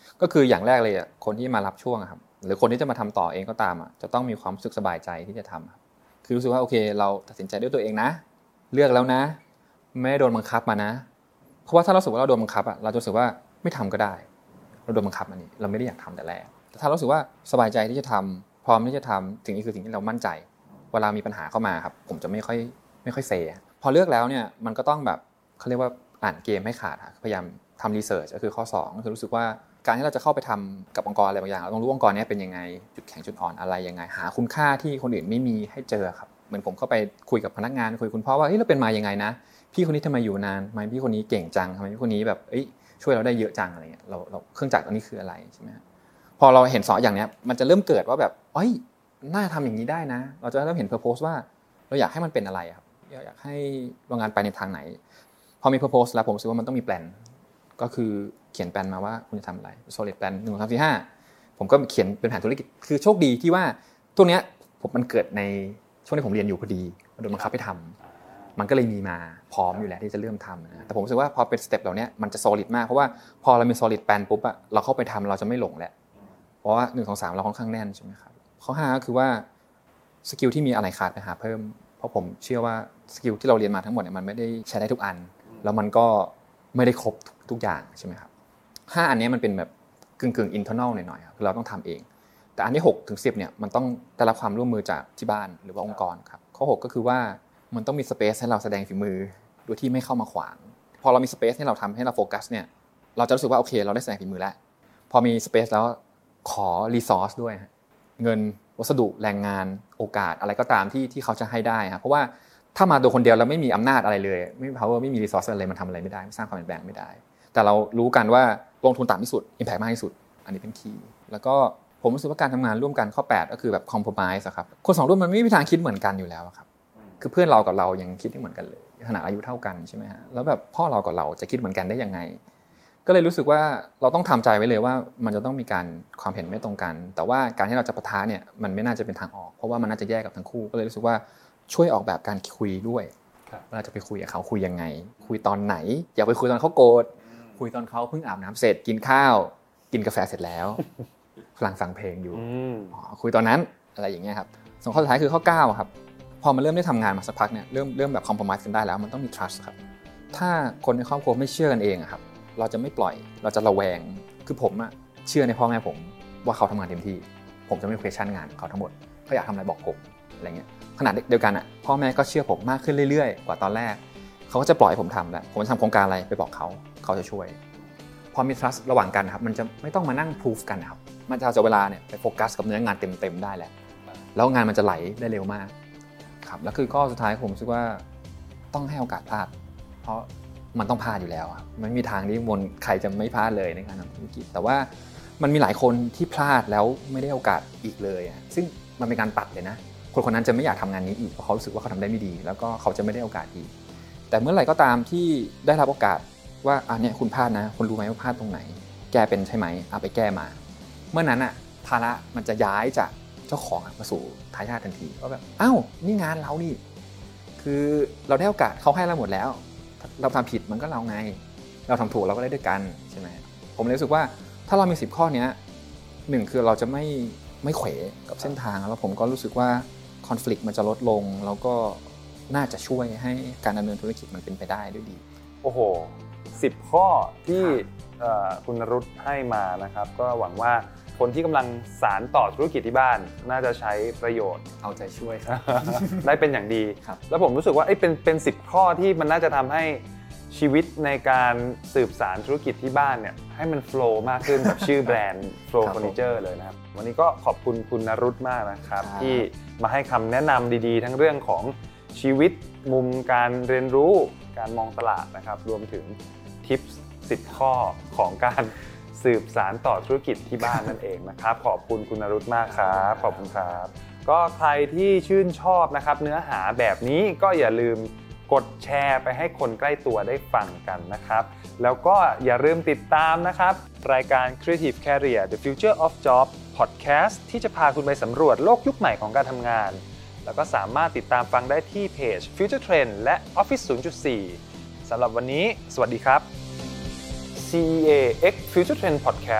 ก็คืออย่างแรกเลยอ่ะคนที่มารับช่วงครับหรือคนที่จะมาทำต่อเองก็ตามอ่ะจะต้องมีความรู้สึกสบายใจที่จะทำครับคือรู้สึกว่าโอเคเราตัดสินใจด้วยตัวเองนะเลือกแล้วนะไม่ได้โดนบังคับมานะเพราะว่าถ้าเราสึกว่าเราโดนบังคับอ่ะเราจะรู้สึกว่าไม่ทำก็ได้เราโดนบังคับมานี่เราไม่ได้อยากทำแต่แรกแต่ถ้าเรารู้สึกว่าสบายใจที่จะทำพร้อมที่จะทำสิ่งนี้คือสิ่งที่เรามั่นใจเวลามีปัญหาเข้ามาครับผมจะไม่ค่อยไม่ค่อยเซพอเลือกแล้วเนี่ยมันก็ต้องแบบเขาเรียกว่าอ่านเกมให้ขาดพยายามทำรีเสิร์ชก็คือข้อสองก็คือรู้สึกว่าการที่เราจะเข้าไปทำกับองค์กรอะไรบางอย่างเราต้องรู้องค์กรนี้เป็นยังไงจุดแข็งจุดอ่อนอะไรยังไงหาคุณค่าที่คนอื่นไม่มีให้เจอครับเหมือนผมเข้าไปคุยกับพนักงานคุยกับคุณพ่อว่าเฮ้ยเราเป็นมายังไงนะพี่คนนี้ทำไมอยู่นานทำไมพี่คนนี้เก่งจังทำไมพี่คนนี้แบบเอ้ยช่วยเราได้เยอะจังอะไรเงี้ยเราเราเครื่องจักรอันนี้คืออะไรใช่ไหมพอเราเห็นสองอย่างนี้มันจะเริ่มเกิดว่าแบบเอ้ยน่าทำอย่างนี้ได้นะเราจะเริ่มเห็น purpose ว่าเราอยากให้มันเป็นอะไรครับอยากให้โรงงานไปในทางไหนพอมี purpose แล้วผมรู้สึกว่ามันต้องมีแพลนก็คือเขียนแผนมาว่าคุณจะทำอะไร solid plan หนึ่ง สอง สาม สี่ ห้าผมก็เขียนเป็นแผนธุรกิจคือโชคดีที่ว่าตัวเนี้ยผมมันเกิดในช่วงที่ผมเรียนอยู่พอดีโดนบังคับให้ทำมันก็เลยมีมาพร้อมอยู่แล้วที่จะเริ่มทำนะแต่ผมรู้สึกว่าพอเป็นสเต็ปเหล่านี้มันจะ solid มากเพราะว่าพอเรามี solid plan ปุ๊บอะเราเข้าไปทำเราจะไม่หลงแหละเพราะว่าหนึ่ง สอง สามเราค่อนข้างแน่นใช่ไหมครับข้อห้าก็คือว่าสกิลที่มีอะไรขาดไปหาเพิ่มเพราะผมเชื่อว่าสกิลที่เราเรียนมาทั้งหมดเนี่ยมันไม่ได้ใช้ได้ทุกอันแล้วมันก็ไม่ได้ครบทุกอย่างใช่ไหมครับห้าอันนี้มันเป็นแบบกึ่งกึ่ง internal หน่อยๆครับเราต้องทำเองแต่อันที่หกถึงสิบเนี่ยมันต้องได้รับความร่วมมือจากที่บ้านหรือว่าองค์กรครับข้อหกก็คือว่ามันต้องมีสเปซให้เราแสดงฝีมือโดยที่ไม่เข้ามาขวางพอเรามีสเปซให้เราทำให้เราโฟกัสเนี่ยเราจะรู้สึกว่าโอเคเราได้แสดงฝีมือแล้วพอมีสเปซแล้วขอรีซอสด้วยเงินวัสดุแรงงานโอกาสอะไรก็ตามที่ที่เขาจะให้ได้ครับเพราะว่าถ้ามาตัวคนเดียวแล้วไม่มีอำนาจอะไรเลยไม่มี power ไม่มี resource อะไรมันทำอะไรไม่ได้สร้างความเปลี่ยนแปลงไม่ได้แต่เรารู้กันว่าลงทุนต่ำที่สุด impact มากที่สุดอันนี้เป็นคีย์แล้วก็ผมรู้สึกว่าการทำงานร่วมกันข้อแปดก็คือแบบ compromise ครับคนสองรุ่นมันไม่มีทางคิดเหมือนกันอยู่แล้วครับคือเพื่อนเรากับเรายังคิดไม่เหมือนกันเลยขนาดอายุเท่ากันใช่ไหมฮะแล้วแบบพ่อเรากับเราจะคิดเหมือนกันได้ยังไงก็เลยรู้สึกว่าเราต้องทำใจไว้เลยว่ามันจะต้องมีการความเห็นไม่ตรงกันแต่ว่าการที่เราจะปะทะเนี่ยมันไม่น่าจะเป็นทางออกเพราะว่ามันน่าจะแยกกับทั้งคู่ก็เลยรู้สึกว่าช่วยออกแบบการคุยด้วยเราจะไปคุยกับเขาคุยยังไงคุยตอนไหนอย่าไปคุยตอนเขาโกรธคุยตอนเขาเพิ่งอาบน้ำเสร็จกินข้าวกินกาแฟเสร็จแล้วกำลังฟังเพลงอยู่คุยตอนนั้นอะไรอย่างเงี้ยครับส่วนข้อสุดท้ายคือข้อเก้าครับพอมันเริ่มได้ทำงานมาสักพักเนี่ยเริ่มเริ่มแบบคอมโพรไมซ์กันได้แล้วมันต้องมี trust ครับถ้าคนในครอบครัวไม่เชื่อกันเองครับเราจะไม่ปล่อยเราจะระแวงคือผมอะเชื่อในพ่อแม่ผมว่าเขาทำงานเต็มที่ผมจะไม่ question งานเขาทั้งหมดเขาอยากทำอะไรบอกผมอะไรเงี้ยขณะเดียวกันอะพ่อแม่ก็เชื่อผมมากขึ้นเรื่อยๆกว่าตอนแรกเขาก็จะปล่อยผมทำแหละผมจะทำโครงการอะไรไปบอกเขาเขาจะช่วยพอมี trust ระหว่างกันครับมันจะไม่ต้องมานั่ง proof กันครับมันจะเอาเวลาเนี่ยไปโฟกัสกับเนื้องานเต็มๆได้แหละแล้วงานมันจะไหลได้เร็วมากครับแล้วคือข้อสุดท้ายผมคิดว่าต้องให้โอกาสพลาดเพราะมันต้องพลาดอยู่แล้วไม่มีทางที่มนใครจะไม่พลาดเลยในการทำธุรกิจแต่ว่ามันมีหลายคนที่พลาดแล้วไม่ได้โอกาสอีกเลยซึ่งมันเป็นการตัดเลยนะคนคนนั้นจะไม่อยากทำงานนี้อีกเพราะเขารู้สึกว่าเขาทำได้ไม่ดีแล้วก็เขาจะไม่ได้โอกาสอีกแต่เมื่อไหร่ก็ตามที่ได้รับโอกาสว่าอ่ะเนี่ยคุณพลาดนะคุณรู้ไหมว่าพลาดตรงไหนแก้เป็นใช่ไหมเอาไปแก้มาเมื่อนั้นอ่ะภาระมันจะย้ายจากเจ้าของมาสู่ทายาททันทีว่าแบบอ้าวนี่งานเรานี่คือเราได้โอกาสเขาให้เราหมดแล้วเราทำผิดมันก็เราไงเราทำถูกเราก็ได้ด้วยกันใช่ไหมผมเลยรู้สึกว่าถ้าเรามีสิบข้อนี้หนึ่งคือเราจะไม่ไม่เขวกับเส้นทางแล้วผมก็รู้สึกว่าคอนฟลิกต์มันจะลดลงแล้วก็น่าจะช่วยให้การดำเนินธุรกิจมันเป็นไปได้ด้วยดีโอ้โหสิบข้อที่คุณนรุตให้มานะครับก็หวังว่าคนที่กำลังสานต่อธุรกิจที่บ้านน่าจะใช้ประโยชน์เอาใจช่วยได้เป็นอย่างดีแล้วผมรู้สึกว่าเป็นเป็นสิบข้อที่มันน่าจะทำให้ชีวิตในการสืบสานธุรกิจที่บ้านเนี่ยให้มันโฟลว์มากขึ้นแบบชื่อแบรนด์ Flow Furniture เลยนะครับวันนี้ก็ขอบคุณคุณนรุตมากนะครับที่มาให้คำแนะนำดีๆทั้งเรื่องของชีวิตมุมการเรียนรู้การมองตลาดนะครับรวมถึงทิปสิบข้อของการสืบสานต่อธุรกิจที่บ้านนั่นเองนะครับขอบคุณคุณนรุตมากครับขอบคุณครับก็ใครที่ชื่นชอบนะครับเนื้อหาแบบนี้ก็อย่าลืมกดแชร์ไปให้คนใกล้ตัวได้ฟังกันนะครับแล้วก็อย่าลืมติดตามนะครับรายการ Creative Career The Future of Job Podcast ที่จะพาคุณไปสำรวจโลกยุคใหม่ของการทำงานแล้วก็สามารถติดตามฟังได้ที่เพจ Future Trend และ Office ศูนย์จุดสี่ สำหรับวันนี้สวัสดีครับ ซี อี เอ X Future Trend Podcast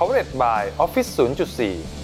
Powered by Office ศูนย์จุดสี่